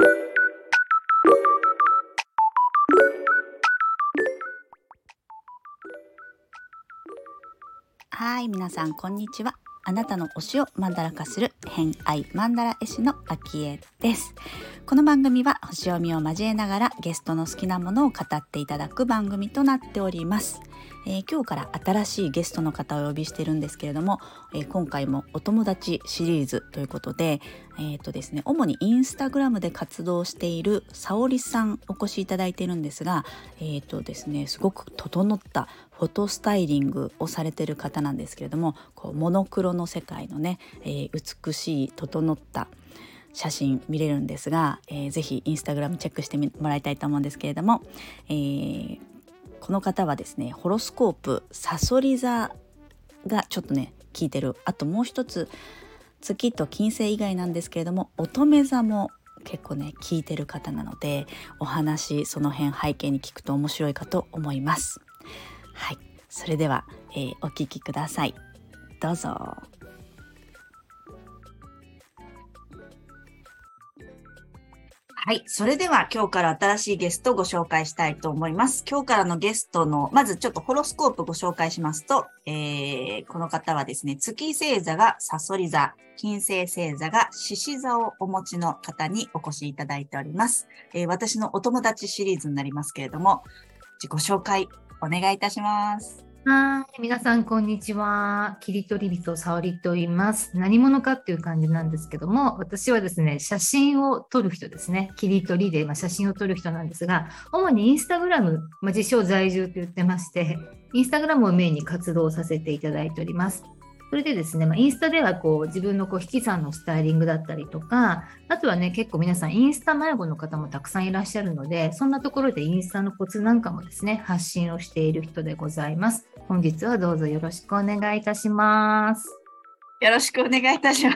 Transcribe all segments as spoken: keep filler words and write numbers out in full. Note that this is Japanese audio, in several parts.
はい、皆さんこんにちは。あなたの推しをマンダラ化する偏愛マンダラ絵師のあきえです。この番組は星読みを交えながらゲストの好きなものを語っていただく番組となっております。えー、今日から新しいゲストの方をお呼びしているんですけれども、えー、今回もお友達シリーズということで、えーとですね、主にインスタグラムで活動しているさおりさんお越しいただいているんですが、えーとですね、すごく整ったフォトスタイリングをされている方なんですけれども、こうモノクロの世界のね、えー、美しい整った写真見れるんですが、えー、ぜひインスタグラムチェックしてもらいたいと思うんですけれども、えー、この方はですね、ホロスコープさそり座がちょっとね効いてる、あともう一つ月と金星以外なんですけれども乙女座も結構ね効いてる方なので、お話その辺背景に聞くと面白いかと思います。はい、それでは、えー、お聞きください。どうぞ。はい、それでは今日から新しいゲストをご紹介したいと思います。今日からのゲストの、まずちょっとホロスコープご紹介しますと、えー、この方はですね、月星座がさそり座、金星星座が獅子座をお持ちの方にお越しいただいております。えー、私のお友達シリーズになりますけれども、自己紹介お願いいたします。 はい、皆さんこんにちは。切り取り人さおりと言います。何者かっていう感じなんですけども、私はですね、写真を撮る人ですね。切り取りで、まあ、写真を撮る人なんですが、主にインスタグラム、まあ、自称在住と言ってまして、インスタグラムをメインに活動させていただいております。それでですね、まあ、インスタではこう自分のこう引き算のスタイリングだったりとか、あとはね、結構皆さんインスタ迷子の方もたくさんいらっしゃるので、そんなところでインスタのコツなんかもですね、発信をしている人でございます。本日はどうぞよろしくお願いいたします。 よろしくお願いいたします。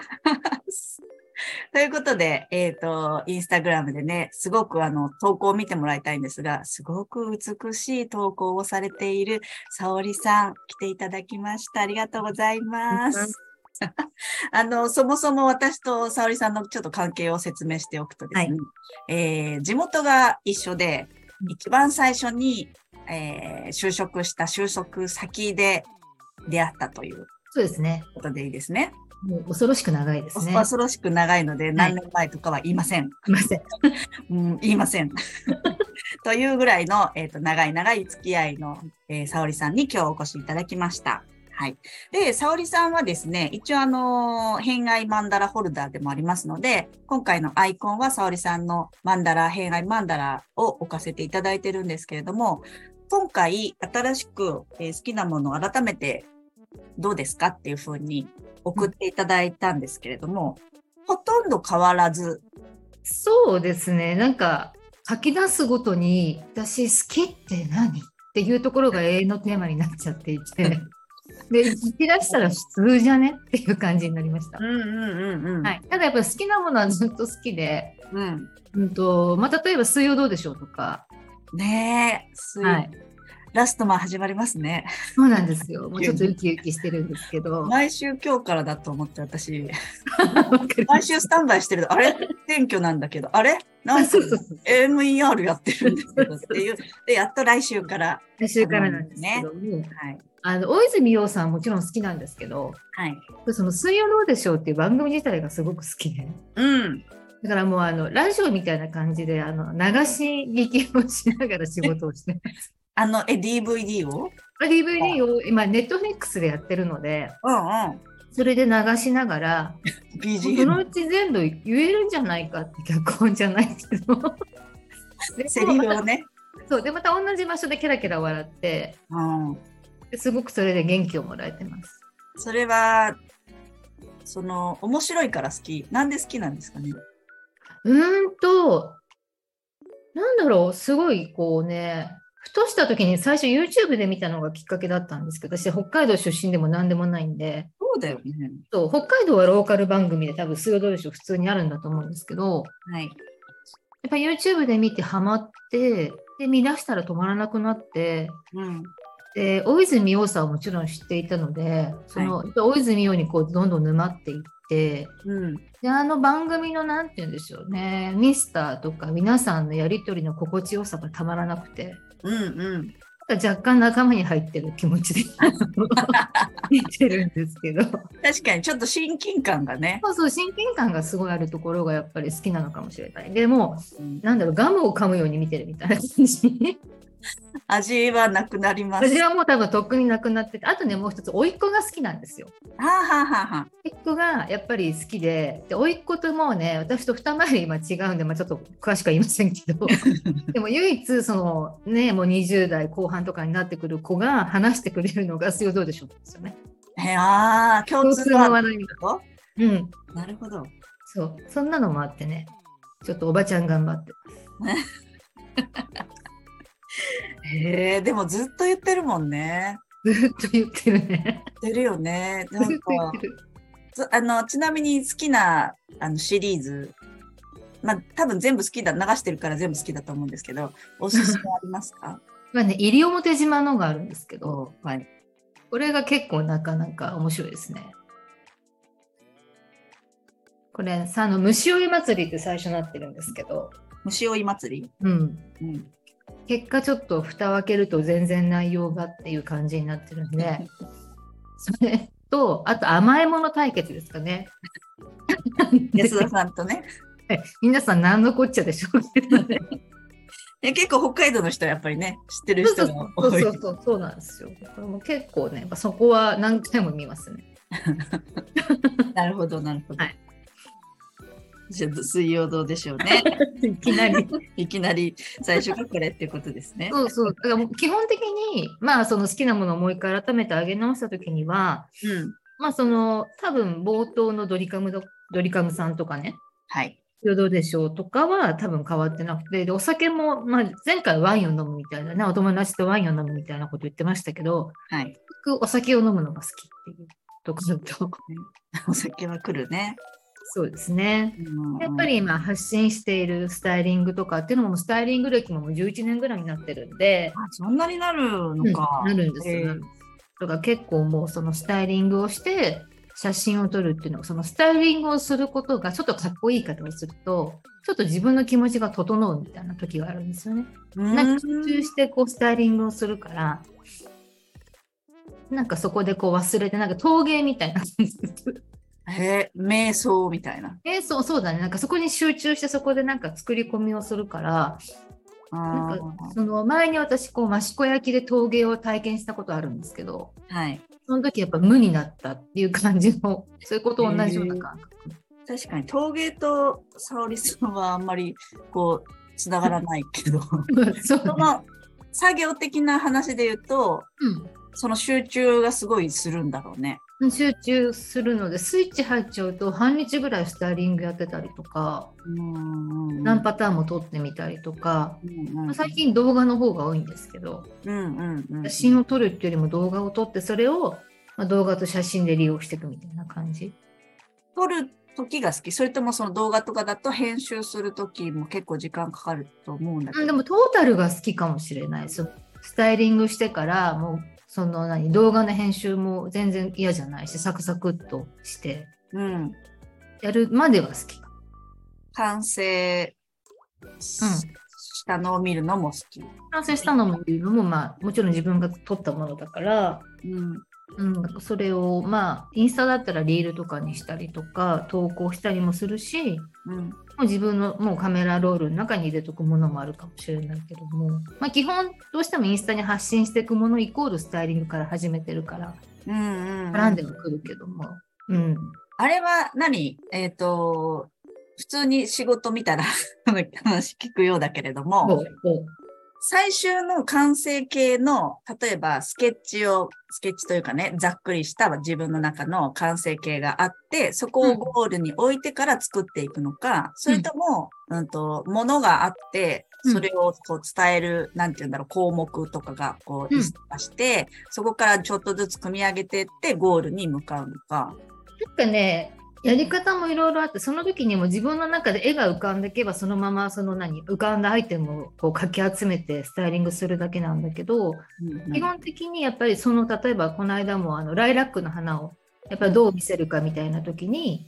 ということで、えっと、インスタグラムでね、すごくあの、投稿を見てもらいたいんですが、すごく美しい投稿をされているさおりさん、来ていただきました。ありがとうございます。あの、そもそも私とさおりさんのちょっと関係を説明しておくとですね、はい、えー、地元が一緒で、一番最初に、えー、就職した就職先で出会ったという。 そうですね。 ことでいいですね。 もう恐ろしく長いですね。 恐ろしく長いので、何年前とかは言いません。 言いません。 うん、言いません。というぐらいの、えーと、長い長い付き合いの、えー、さおりさんに今日お越しいただきました。はい。で、さおりさんはですね、一応あの、偏愛マンダラホルダーでもありますので、今回のアイコンはさおりさんのマンダラ、偏愛マンダラを置かせていただいてるんですけれども、今回新しく、えー、好きなものを改めてどうですかっていうふうに送っていただいたんですけれども、うん、ほとんど変わらず。 そうですね。なんか書き出すごとに私好きって何っていうところが永遠のテーマになっちゃっていてで聞き出したら普通じゃねっていう感じになりました。 うんうんうんうん。はい。 ただやっぱり好きなものはずっと好きで、うんうんとまあ、例えば水曜どうでしょうとかねえ、水曜、はい、ラストマン始まりますね。 そうなんですよ。もうちょっとウキウキしてるんですけど。 毎週今日からだと思って私。毎週スタンバイしてる。あれ選挙なんだけど。あれなんか エムイーアール やってるんですけどっていう。で、やっと来週から。 来週からなんですけども。はい。あの、大泉洋さんもちろん好きなんですけど。はい。その水曜どうでしょうっていう番組自体がすごく好きで。うん。だからもうあの、ラジオみたいな感じで、あの、流し聞きをしながら仕事をしてます。 あの、え、ディーブイディー をディーブイディー を今、ネットフリックスでやってるので、うんうん、それで流しながら、ビージーエム そのうち全部言えるんじゃないかって脚本じゃないけど。 セリフをね。 そう、で、また同じ場所でキャラキャラ笑って、うん、すごくそれで元気をもらえてます。 それは、その、面白いから好き。なんで好きなんですかね。 うーんと、なんだろう、すごいこうね、ふとした時に最初 YouTube で見たのがきっかけだったんですけど、私北海道出身でも何でもないんで、 そうだよね。 そう、北海道はローカル番組で多分水曜どうでしょう普通にあるんだと思うんですけど、はい、やっぱ YouTube で見てハマって、で見出したら止まらなくなって、うん、で大泉洋さんはもちろん知っていたので、その、はい、大泉洋にこうどんどん沼っていって、 うん、 であの番組のなんて言うんでしょうね、ミスターとか皆さんのやり取りの心地よさがたまらなくて、 うん、うん。 若干仲間に入ってる気持ちで見てるんですけど。 確かにちょっと親近感がね。 そうそう、親近感がすごいあるところがやっぱり好きなのかもしれない。でも、 うん、 なんだろう、ガムを噛むように見てるみたいな感じ。 味はなくなります。 私はもう多分とっくになくなってて、あとね、もう一つ、甥っ子が好きなんですよ。 はあ、はあはあはあ、 甥っ子がやっぱり好きで、で甥っ子ともうね、私と二回り今違うんで、まあ、ちょっと詳しくは言いませんけど、でも唯一、そのね、もうにじゅう代後半とかになってくる子が話してくれるのが水曜どうでしょうですよね。 へあ、共共通通のの話題に。うん。 なるほど。 そう、そんなのもあってね、ちょっとおばちゃん頑張って。 へえ、でもずっと言ってるもんね。 ずっと言ってるね。 言ってるよね。 ずっとなんか言ってる。 ずあの、ちなみに好きなあのシリーズ、まあ多分全部好きだ、流してるから全部好きだと思うんですけど、おすすめありますか？ まあね、西表島のがあるんですけど、 はい。 これが結構なかなか面白いですね。これさ、あの虫追い祭りって最初なってるんですけど、 虫追い祭り、 うん、 うん、 結果ちょっと蓋を開けると全然内容がっていう感じになってるんで、それと、あと甘いもの対決ですかね。 安田さんとね。 皆さん何のこっちゃでしょうけどね。 え結構北海道の人はやっぱりね、知ってる人が多い。 そうそうそうそうなんですよ。これも結構ね、そこは何回も見ますね。 なるほど、なるほど。 はい、 じゃあ水曜どうでしょうね。 いきなり。 いきなり最初がこれっていうことですね。 そうそう。だからもう基本的に、まあその好きなものをもう一回改めて上げ直したときには、 うん。 まあその多分冒頭のドリカムド、ドリカムさんとかね、 はい。 どうでしょうとかは多分変わってなくて、でお酒も、まあ、前回ワインを飲むみたいなね、お友達とワインを飲むみたいなこと言ってましたけど、 はい。 僕お酒を飲むのが好きっていうところと、 お酒は来るね。 そうですね。 うん、 やっぱり今発信しているスタイリングとかっていうのも、スタイリング歴ももうじゅういちねんぐらいになってるんで、 あ、そんなになるのか。 うん、なるんですよ。 えー、 だから結構もうそのスタイリングをして写真を撮るっていうのは、そのスタイリングをすることがちょっとかっこいい方をすると、ちょっと自分の気持ちが整うみたいな時があるんですよね。なんか集中してこうスタイリングをするから、なんかそこでこう忘れて、なんか陶芸みたいな感じです。 へえ、瞑想みたいな。 えー、そうそうだね。なんかそこに集中してそこでなんか作り込みをするから、なんかその前に私こう益子焼きで陶芸を体験したことあるんですけど、 はい、 その時やっぱ無になったっていう感じの、そういうことと同じような感覚。 確かに陶芸と沙織さんはあんまりこうつながらないけどその作業的な話で言うと、 うん、 その集中がすごいするんだろうね。 集中するのでスイッチ入っちゃうと半日ぐらいスタイリングやってたりとか、 うんうん、 何パターンも撮ってみたりとか、 うんうん、 最近動画の方が多いんですけど、 うんうんうん、 写真を撮るっていうよりも動画を撮ってそれを、まあ、動画と写真で利用していくみたいな感じ。 撮る時が好き？それともその動画とかだと編集する時も結構時間かかると思うんだけど。 うん、でもトータルが好きかもしれない。スタイリングしてからもうその何動画の編集も全然嫌じゃないし、サクサクっとしてやるまでは好き。 完成したのを見るのも好き。 完成したのも見るのも、まあ、もちろん自分が撮ったものだから、 うんうん、それをまあインスタだったらリールとかにしたりとか投稿したりもするし、 うん、 もう自分のもうカメラロールの中に入れとくものもあるかもしれないけども、まあ、基本どうしてもインスタに発信していくものイコールスタイリングから始めてるから、 うんうんうん、 絡んではくるけども、うん、 あれは何？えっと普通に仕事見たら話聞くようだけれども、最終の完成形の、例えばスケッチを、スケッチというかね、ざっくりした自分の中の完成形があって、そこをゴールに置いてから作っていくのか、うん、それとも、うんと、ものがあって、それをこう伝える、なんていうんだろう、項目とかがこう、リスト化して、うん、そこからちょっとずつ組み上げていってゴールに向かうのか。 なんかね、やり方もいろいろあって、その時にも自分の中で絵が浮かんでいけばそのままその何浮かんだアイテムをこうかき集めてスタイリングするだけなんだけど、うんうん、基本的にやっぱりその例えばこの間もあのライラックの花をやっぱりどう見せるかみたいな時に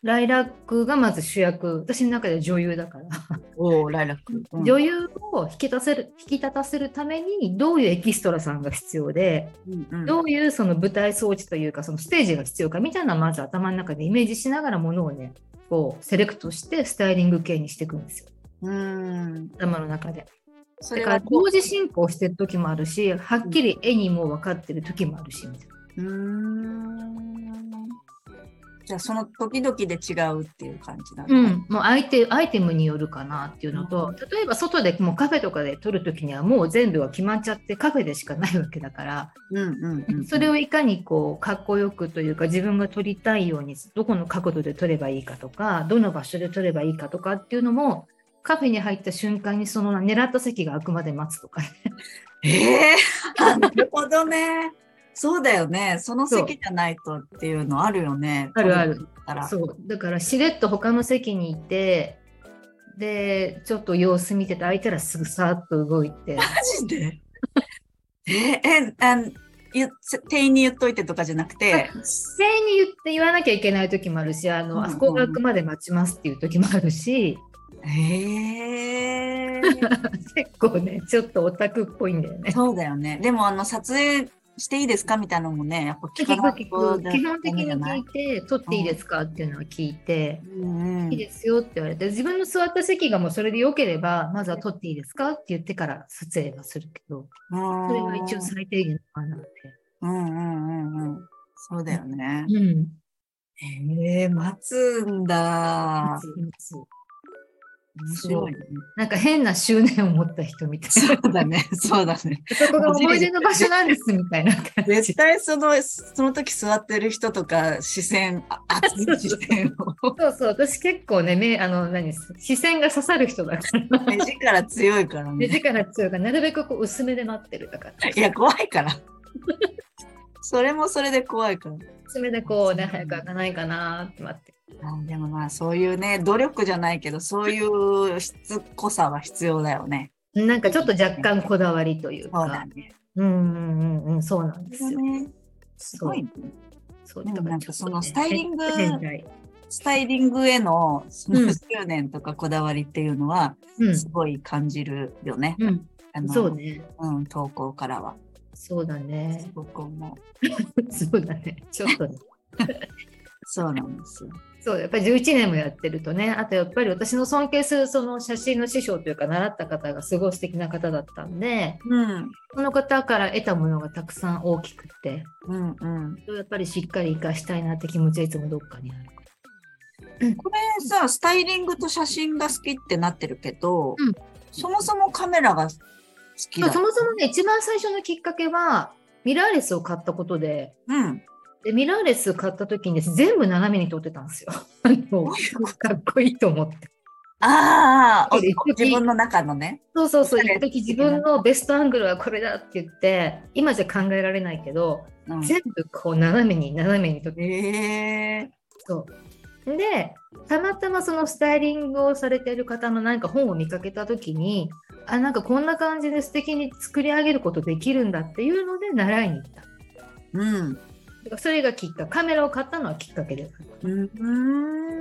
ライラックがまず主役、私の中では女優だからおー、ライラック。うん、 女優を引き立たせる、引き立たせるためにどういうエキストラさんが必要で、 うんうん、 どういうその舞台装置というかそのステージが必要かみたいなのをまず頭の中でイメージしながらものをね、こうセレクトしてスタイリング系にしていくんですよ。 うーん、 頭の中で。 それはだから同時進行してる時もあるし、はっきり絵にも分かってる時もあるしみたいな。 うーん。じゃあその時々で違うっていう感じなんだ、 うん、もうアイテ、アイテムによるかなっていうのと、 うん、 例えば外でもうカフェとかで撮る時にはもう全部が決まっちゃってカフェでしかないわけだから、 うんうんうんうん、 それをいかにこうかっこよくというか自分が撮りたいようにどこの角度で撮ればいいかとかどの場所で撮ればいいかとかっていうのもカフェに入った瞬間にその狙った席が空くまで待つとかね。 えー、なるほどね。そうだよね。その席じゃないとっていうのあるよね。 あるある。 らそうだからしれっと他の席にいてでちょっと様子見てて空いたらすぐさーっと動いて。 マジでええあん店員に言っといてとかじゃなくて店員に言って言わなきゃいけない時もあるし、あの、うんうん、あそこが開くまで待ちますっていう時もあるし。 へー結構ねちょっとオタクっぽいんだよね。 そうだよね。でもあの撮影していいですかみたいなのもねやっぱ聞かないと基本的に聞いて撮っていいですかっていうのは聞いて、うんうん、いいですよって言われて自分の座った席がもうそれでよければまずは撮っていいですかって言ってから撮影はするけどそれは一応最低限のかなので。 うんうんうんうんそうだよね。 うん、 えー、待つんだ。 待つ待つ面白いね。 なんか変な執念を持った人みたいな。 そうだね、そうだね。 そこが思い出の場所なんですみたいな感じ。 絶対その、その時座ってる人とか視線、熱い視線を。 そうそう、私結構ね、目、あの、何、視線が刺さる人だから。 目力強いからね。 目力強いから、なるべくこう薄めで待ってるとか。 いや、怖いから。それもそれで怖いから。 薄めでこうね、早く開かないかなって待って。 あでもまあそういうね努力じゃないけどそういうしつこさは必要だよね。 なんかちょっと若干こだわりというか。 そうだね。 うんうんうんそうなんですよ。 ね、すごいね。 そうでもなんかそのスタイリング、 ね、 スタイリングへのその執念とかこだわりっていうのはすごい感じるよね。 うん、 あのそうね。 うん、投稿からは。 そうだね。 すごく思う。そうだね。ちょっとね。 そうなんですよ。 そうやっぱりじゅういちねんもやってるとね、あとやっぱり私の尊敬するその写真の師匠というか習った方がすごい素敵な方だったんで、 うん、 その方から得たものがたくさん大きくて、 うんうん、 やっぱりしっかり生かしたいなって気持ちはいつもどっかにある。 これさスタイリングと写真が好きってなってるけど、 うん、 そもそもカメラが好きだ。 そもそもね一番最初のきっかけはミラーレスを買ったことで、 うんでミラーレス買った時にです、全部斜めに撮ってたんですよ。あのかっこいいと思って。 ああ、自分の中のね。 そうそうそう、一時自分のベストアングルはこれだって言って、今じゃ考えられないけど、うん、全部こう斜めに斜めに撮って。 えー、 そうで、たまたまそのスタイリングをされている方の何か本を見かけた時に、あ、なんかこんな感じで素敵に作り上げることできるんだっていうので習いに行った。 うん。 それがきっかけ、カメラを買ったのはきっかけです。 うん、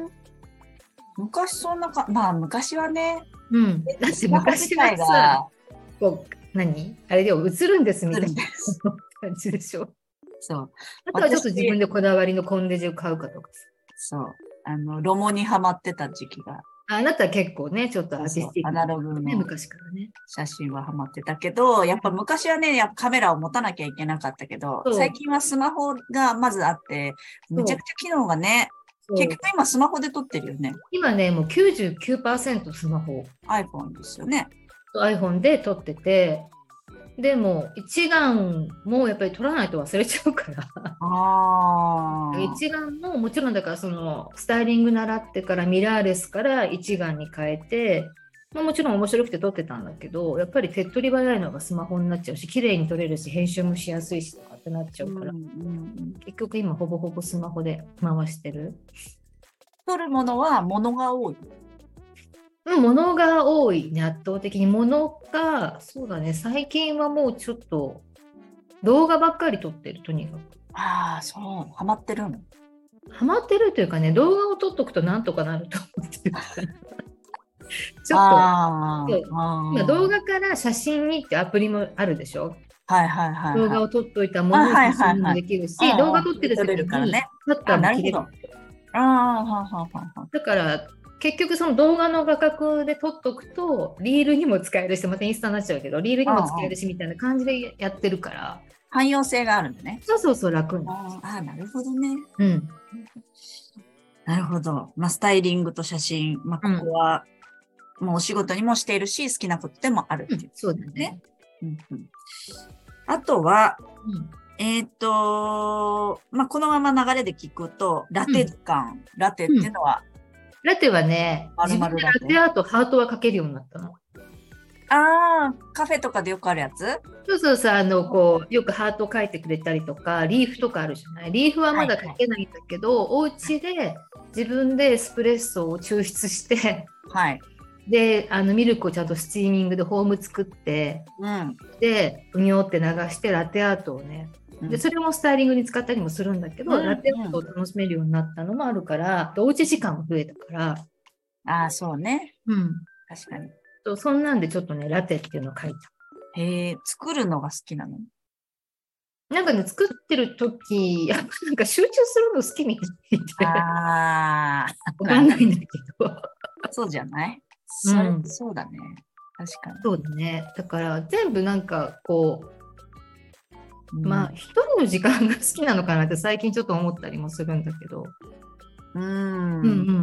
昔そんなか、まあ昔はね、 うん、だって昔はさ、こう何あれでも映るんですみたいな感じでしょ。 そう。 あとはちょっと自分でこだわりのコンデジを買うかとかさ。 そう。あのロモにハマってた時期が。 あなたは結構ね、ちょっとアーティスティック、 アナログの昔からね。 写真はハマってたけど、やっぱ昔はね、やっぱカメラを持たなきゃいけなかったけど、最近はスマホがまずあって、めちゃくちゃ機能がね、結局今スマホで撮ってるよね。 今ね、もう きゅうじゅうきゅうパーセント スマホ。 iPhone ですよね。 iPhone で撮ってて、でも一眼もやっぱり撮らないと忘れちゃうからあ一眼ももちろんだからそのスタイリング習ってからミラーレスから一眼に変えて、まあ、もちろん面白くて撮ってたんだけど、やっぱり手っ取り早いのがスマホになっちゃうし、綺麗に撮れるし編集もしやすいしとかってなっちゃうから、うんうん、結局今ほぼほぼスマホで回してる。 撮るものは物が多い。 うん、物が多いね、圧倒的に物が、そうだね、最近はもうちょっと動画ばっかり撮ってる、とにかく。 ああ、そう、ハマってるの。 ハマってるというかね、動画を撮っとくとなんとかなると思ってるからちょっとあそうあ、 今動画から写真にってアプリもあるでしょ。 はいはいはいはい。 動画を撮っといたもあ、 のをはい写真にもはいはい。 できるし、動うんうん。 画撮ってる撮れ時にるからね。 シャッタあ、 ーもなるほど。 切れる。 ああ、はははは。 だから結局その動画の画角で撮っとくとリールにも使えるし、またインスタになっちゃうけどリールにも使うんうん。 えるしみたいな感じでやってるから、 汎用性があるんだね。 そうそうそう楽に。 ああ、なるほどね。 うん。 なるほど。まあ、スタイリングと写真、まあ、ここは、もうお仕事にもしているし、好きなことでもあるっうん、 ていう、 そうだね。 うんうん、あとは、 うん、 えっ、ー、と、まあ、このまま流れで聞くと、ラテ感、うん、ラテっていうのは、 ラテはね、自分でラテアート、ハートは描けるようになったの。 ああ、カフェとかでよくあるやつ？ そうそうそう、あの、こう、よくハート描いてくれたりとか、リーフとかあるじゃない。リーフはまだ描けないんだけど、はいはい、お家で自分でエスプレッソを抽出して、 はい。 で、あのミルクをちゃんとスチーミングでフォーム作って、 うん、 で、うにょって流してラテアートをね、でそれもスタイリングに使ったりもするんだけど、うん、ラテアートを楽しめるようになったのもあるから、おうち時間も増えたから。 ああ、そうね。 うん。 確かに。 そんなんでちょっとね、ラテっていうのを書いた。 へえ、作るのが好きなの？ なんかね、作ってる時、やっぱなんか集中するの好きみたいで。 ああ。 わかんないんだけど。 そうじゃない？それ、うん、そうだね。確かに。 そうだね。だから全部なんかこう、うん、まあ一人の時間が好きなのかなって最近ちょっと思ったりもするんだけど。 うん。 うんうんうんうん。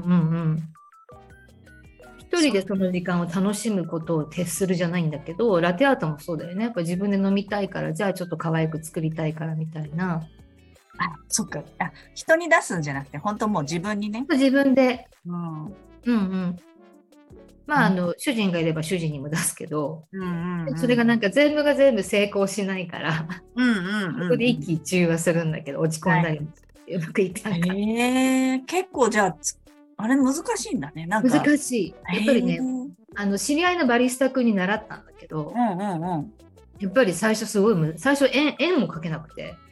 一人でその時間を楽しむことを徹するじゃないんだけど、ラテアートもそうだよね。やっぱ自分で飲みたいから、じゃあちょっと可愛く作りたいからみたいな。 あ、そっか。あ、人に出すんじゃなくて、本当もう自分にね。 自分で。 うん。うんうん。まあ、あの、主人がいれば主人にも出すけど、 うんうんうん、 それがなんか全部が全部成功しないから、 うんうんうんうん、 そこで一喜一憂はするんだけど、落ち込んだりも、はい、うまくいかないから。 へえー、結構じゃあ、あれ難しいんだね。なんか難しい。やっぱりね、あの知り合いのバリスタ君に習ったんだけど、 うんうんうん、 やっぱり最初すごい、最初円、円も描けなくて。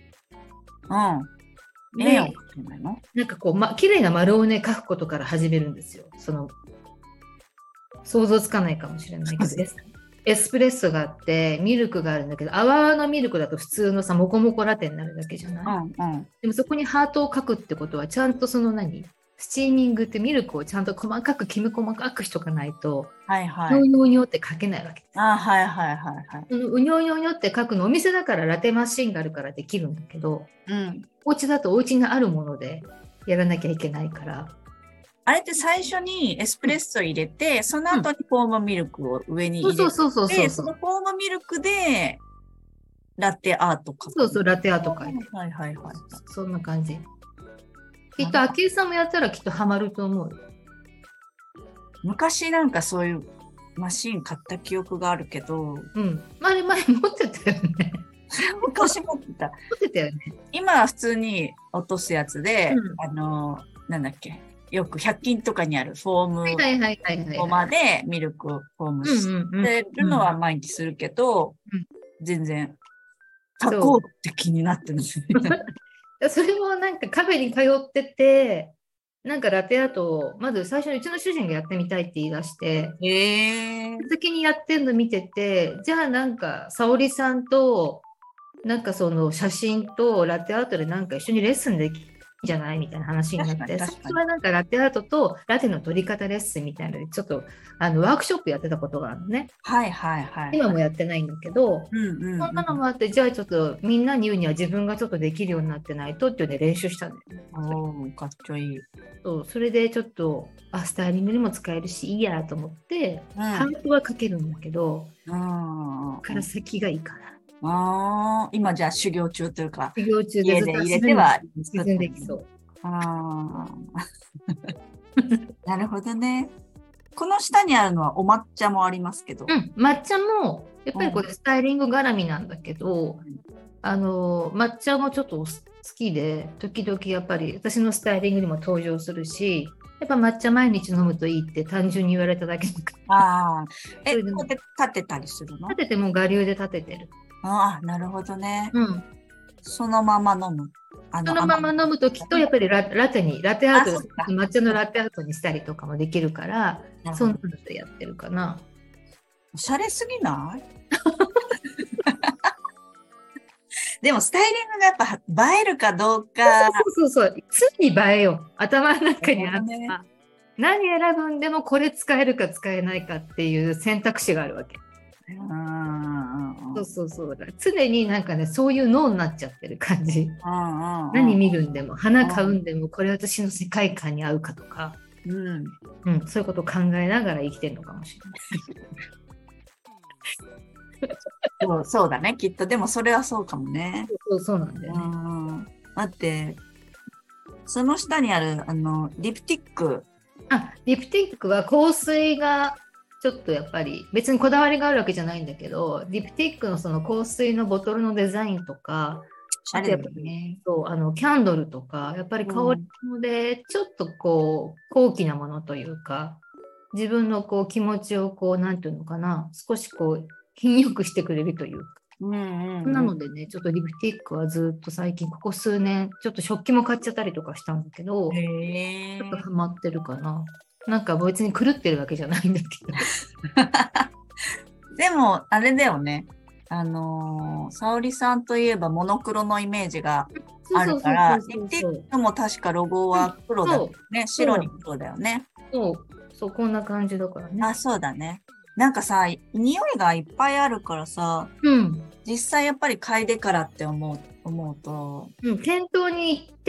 うん。円を描けないの？ なんかこう、ま、綺麗な丸をね、描くことから始めるんですよ。その、想像つかないかもしれないけど、エスプレッソがあって、ミルクがあるんだけど、泡のミルクだと普通のさ、モコモコラテになるだけじゃない、 うんうん、 でもそこにハートを描くってことは、ちゃんとその何スチーミングってミルクをちゃんと細かくきめ細かくしとかないと、 はいはい、 うにょうにょって書けないわけです。 あ、はいはいはいはい。 そのうにょうにょうにょって書くの、お店だからラテマシンがあるからできるんだけど、 うん、 お家だとお家にあるものでやらなきゃいけないから。 あれって最初にエスプレッソ入れて、うん、その後にフォームミルクを上に入れて、うん、そうそうそうそうそう、そのフォームミルクでラテアート書く。 そうそう、ラテアート書いて。 はいはいはい。 そんな感じ。きっと昭恵さんもやったらきっとハマると思う。 昔なんかそういうマシン買った記憶があるけど、 うん、前前持ってたよね。 昔持ってた。 持ってたよね。 今は普通に落とすやつで、うん、あのなんだっけ、よくひゃく均とかにあるフォームフォーマーでミルクをフォームしてるのは毎日するけど、うんうん、全然書こうって気になってるんですよ。 それもなんかカフェに通ってて、なんかラテアートをまず最初にうちの主人がやってみたいって言い出して、 へー、 先にやってんの見てて、じゃあなんか沙織さんとなんかその写真とラテアートでなんか一緒にレッスンできるんじゃないみたいな話になって、最初はなんかラテアートとラテの取り方レッスンみたいなのでちょっとあのワークショップやってたことがあるのね。 はいはいはい。 今もやってないんだけど、うんうんうん、そんなのもあって、じゃあちょっとみんなに言うには自分がちょっとできるようになってないとっていうね、練習したんだよね。 おー、かっちょいい。 そう、それでちょっとあスタイリングにも使えるしいいやと思って、うん、ハートはかけるんだけど、うん、から先がいいかな。 あ、今じゃあ修行中というか、 修行中で家で入れては進んできそう。 あなるほどね。この下にあるのはお抹茶もありますけど、 うん、抹茶もやっぱりこれスタイリング絡みなんだけど、うん、あの抹茶もちょっと好きで、時々やっぱり私のスタイリングにも登場するし、やっぱ抹茶毎日飲むといいって単純に言われただけだから。 ああ、え、こうやって立てたりするの？ 立てても我流で立ててる。 ああ、なるほどね。 うん。 そのまま飲む。あのそのまま飲むときと、やっぱりラ、ラテに、ラテアートであそっか抹茶のラテアートにしたりとかもできるから、 なるほど。 そんなのでやってるかな。 おしゃれすぎないでもスタイリングがやっぱ映えるかどうか。 そうそうそう。常に映えよ。頭の中にあった、 ね、 何選ぶんでもこれ使えるか使えないかっていう選択肢があるわけ。 うんそうそうそう。だから常になんかね、そういう脳になっちゃってる感じ。 うんうん何見るんでも、花買うんでも、これ私の世界観に合うかとか、 うんうん、そういうことを考えながら生きてるのかもしれない。 そうそうだね、きっと。でもそれはそうかもね。 そうそうなんだよね。 うん。待って、その下にある、あの、リプティック。 あ、リプティックは香水がちょっとやっぱり別にこだわりがあるわけじゃないんだけど、リプティックのその香水のボトルのデザインとか、 おしゃれだあとやっぱりね。 そうあのキャンドルとか、やっぱり香り物でちょっとこう高貴なものというか、自分のこう気持ちをこうなんていうのかな、少しこう品よくしてくれるというか。 うんうんうん、 なのでね、ちょっとリプティックはずっと最近ここ数年ちょっと食器も買っちゃったりとかしたんだけど、 へちょっとハマってるかな。なんか別に狂ってるわけじゃないんだけど。 でも、あれだよね。あのー、沙織さんといえばモノクロのイメージがあるから、リプティックも確かロゴは黒だよね。白に黒だよね。 そう、そう、こんな感じだからね。 あ、そうだね。なんかさ、匂いがいっぱいあるからさ、 うん。 実際やっぱり嗅いでからって思う、思うと。 うん、店頭に行って、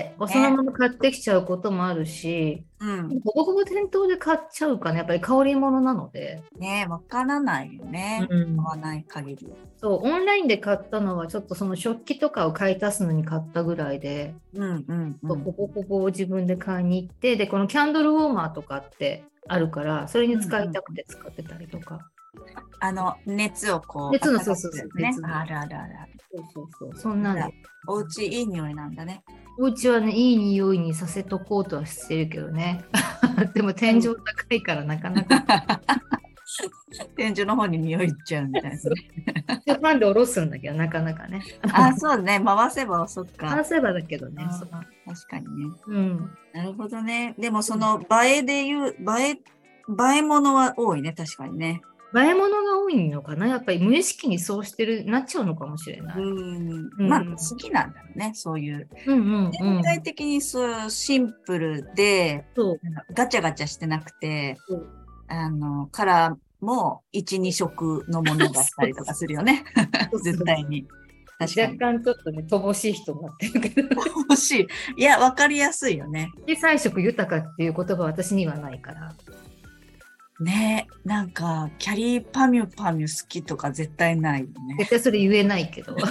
そのまま買ってきちゃうこともあるし、 うん。 ほぼほぼ店頭で買っちゃうかね。やっぱり香り物なので。 ねえ、わからないよね。 うん買わない限り。 そう、オンラインで買ったのは、ちょっとその食器とかを買い足すのに買ったぐらいで、 うんうんうん。 ほぼほぼ自分で買いに行って、で、このキャンドルウォーマーとかってあるから、それに使いたくて使ってたりとか。 あの、熱をこう、 熱の、 温めそうそうそう、 てね熱。のあるあるあるある。 そうそうそう、そんなんで。 お家いい匂いなんだね。 お家はね、いい匂いにさせとこうとはしてるけどね。でも天井高いからなかなか。 天井の方に匂いいっちゃうみたいなね。 ファンで下ろすんだけど、なかなかね。 あ、そうね。回せば、そっか。 回せばだけどね。そう確かにね。 うん。 なるほどね。でもその映えで言う、映え、映え物は多いね。確かにね。 映え物が多いのかな、やっぱり無意識にそうしてる、なっちゃうのかもしれない。 うん。 うんまあ、好きなんだろうね。そういう。 うんうんうん。 全体的にそう、シンプルで、 そうガチャガチャしてなくて、 そうあの、カラーもいち、に色のものだったりとかするよね。絶対に。確かに。 若干ちょっとね、乏しい人になってるけど。 欲しい。いや、わかりやすいよね。 で、彩色豊かっていう言葉は私にはないから。 ねえ、なんか、キャリーパミュパミュ好きとか絶対ないよね。 絶対それ言えないけど。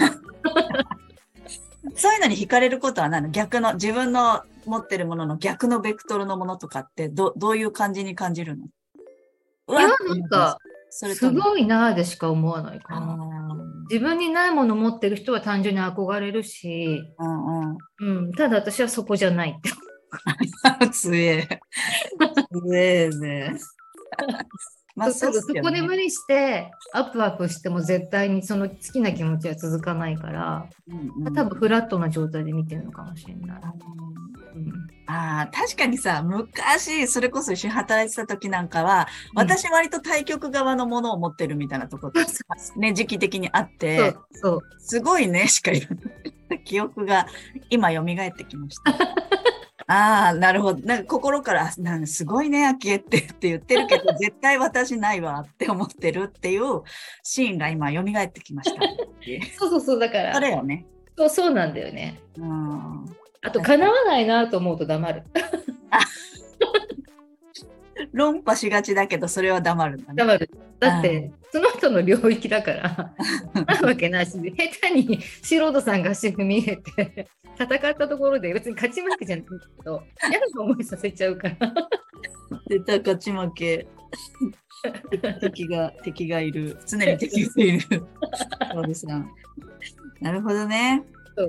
そういうのに惹かれることは何の逆の、自分の持ってるものの逆のベクトルのものとかってど、どういう感じに感じるの？うわいや、なんか、すごいなぁでしか思わないかな。自分にないもの持ってる人は単純に憧れるし、 うんうん、 うん、ただ私はそこじゃないって。 強え。強えね。まあ、 そうそう、そこで無理してアップアップしても絶対にその好きな気持ちは続かないから、うんうん、多分フラットな状態で見てるのかもしれない。 うん、ああ、確かにさ、昔、それこそ一緒に働いてた時なんかは、うん、私割と対局側のものを持ってるみたいなところね、時期的にあって、 そうそうすごいね、しか言わない記憶が今蘇ってきました。ああ、なるほど。なんか心から、なんかすごいね、アキエってって言ってるけど、絶対私ないわって思ってるっていうシーンが今蘇ってきました。 そうそうそう、だから。 それよね。 そうそうなんだよね。 うん。 あと、叶わないなと思うと黙る。 論破しがちだけど、それは黙るんだね。 黙る。だって、その人の領域だから、なわけないし、下手に素人さんが足踏み入れて、戦ったところで別に勝ち負けじゃないけど、嫌な思いさせちゃうから。 出た勝ち負け。敵が、敵がいる。常に敵がいる。そうですな。なるほどね。 そう。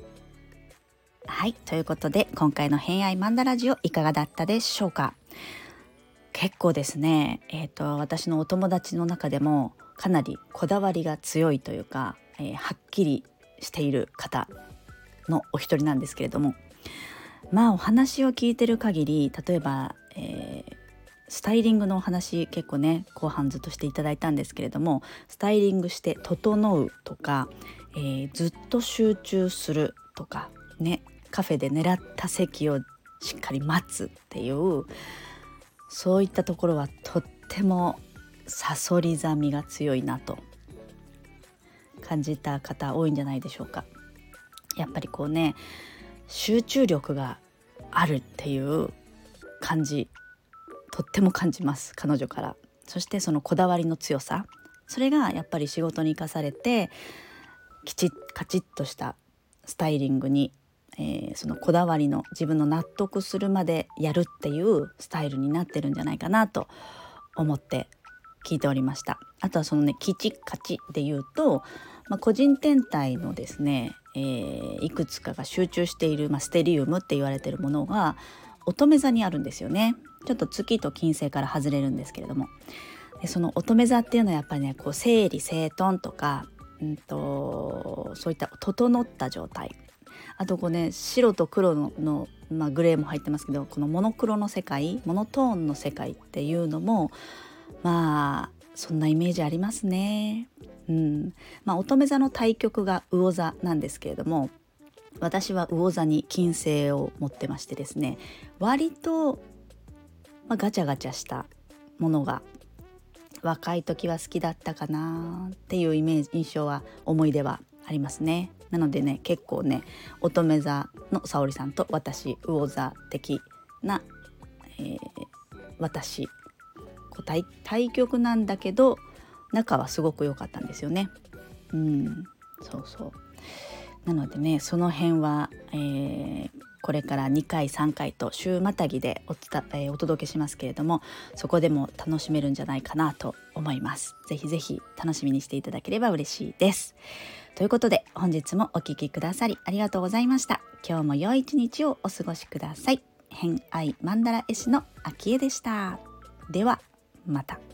はい。ということで、今回の偏愛マンダラジオいかがだったでしょうか。 結構ですね、えーと、私のお友達の中でもかなりこだわりが強いというか、えーはっきりしている方のお一人なんですけれども、まあお話を聞いてる限り、例えば、えースタイリングのお話結構ね後半ずっとしていただいたんですけれども、スタイリングして整うとか、えーずっと集中するとかね、カフェで狙った席をしっかり待つっていう、そういったところはとってもさそり座みが強いなと感じた方多いんじゃないでしょうか。やっぱりこうね、集中力があるっていう感じとっても感じます、彼女から。そしてそのこだわりの強さ、それがやっぱり仕事に生かされて、きちっカチッとしたスタイリングに、えーそのこだわりの自分の納得するまでやるっていうスタイルになってるんじゃないかなと思って聞いておりました。あとはそのね、キチカチで言うと、まあ、個人天体のですね、えーいくつかが集中している、まあ、ステリウムって言われているものが乙女座にあるんですよね。ちょっと月と金星から外れるんですけれども、でその乙女座っていうのはやっぱりね、こう整理整頓とか、うんとそういった整った状態、あとこうね、白と黒のの、まあ、グレーも入ってますけど、このモノクロの世界、モノトーンの世界っていうのもまあそんなイメージありますね。うんまあ、乙女座の対極が魚座なんですけれども、私は魚座に金星を持ってましてですね、割と、まあ、ガチャガチャしたものが若い時は好きだったかなっていうイメージ、印象は思い出はありますね。なのでね、結構ね、乙女座の沙織さんと私魚座的な、えー私こう 対, 対極なんだけど仲はすごく良かったんですよね。うんそうそうなのでね、その辺は、えーこれからにかいさんかいと週またぎで お, つた、えーお届けしますけれども、そこでも楽しめるんじゃないかなと思います。ぜひぜひ楽しみにしていただければ嬉しいです。ということで、本日もお聞きくださりありがとうございました。今日も良い一日をお過ごしください。偏愛マンダラ絵師のあきえでした。ではまた。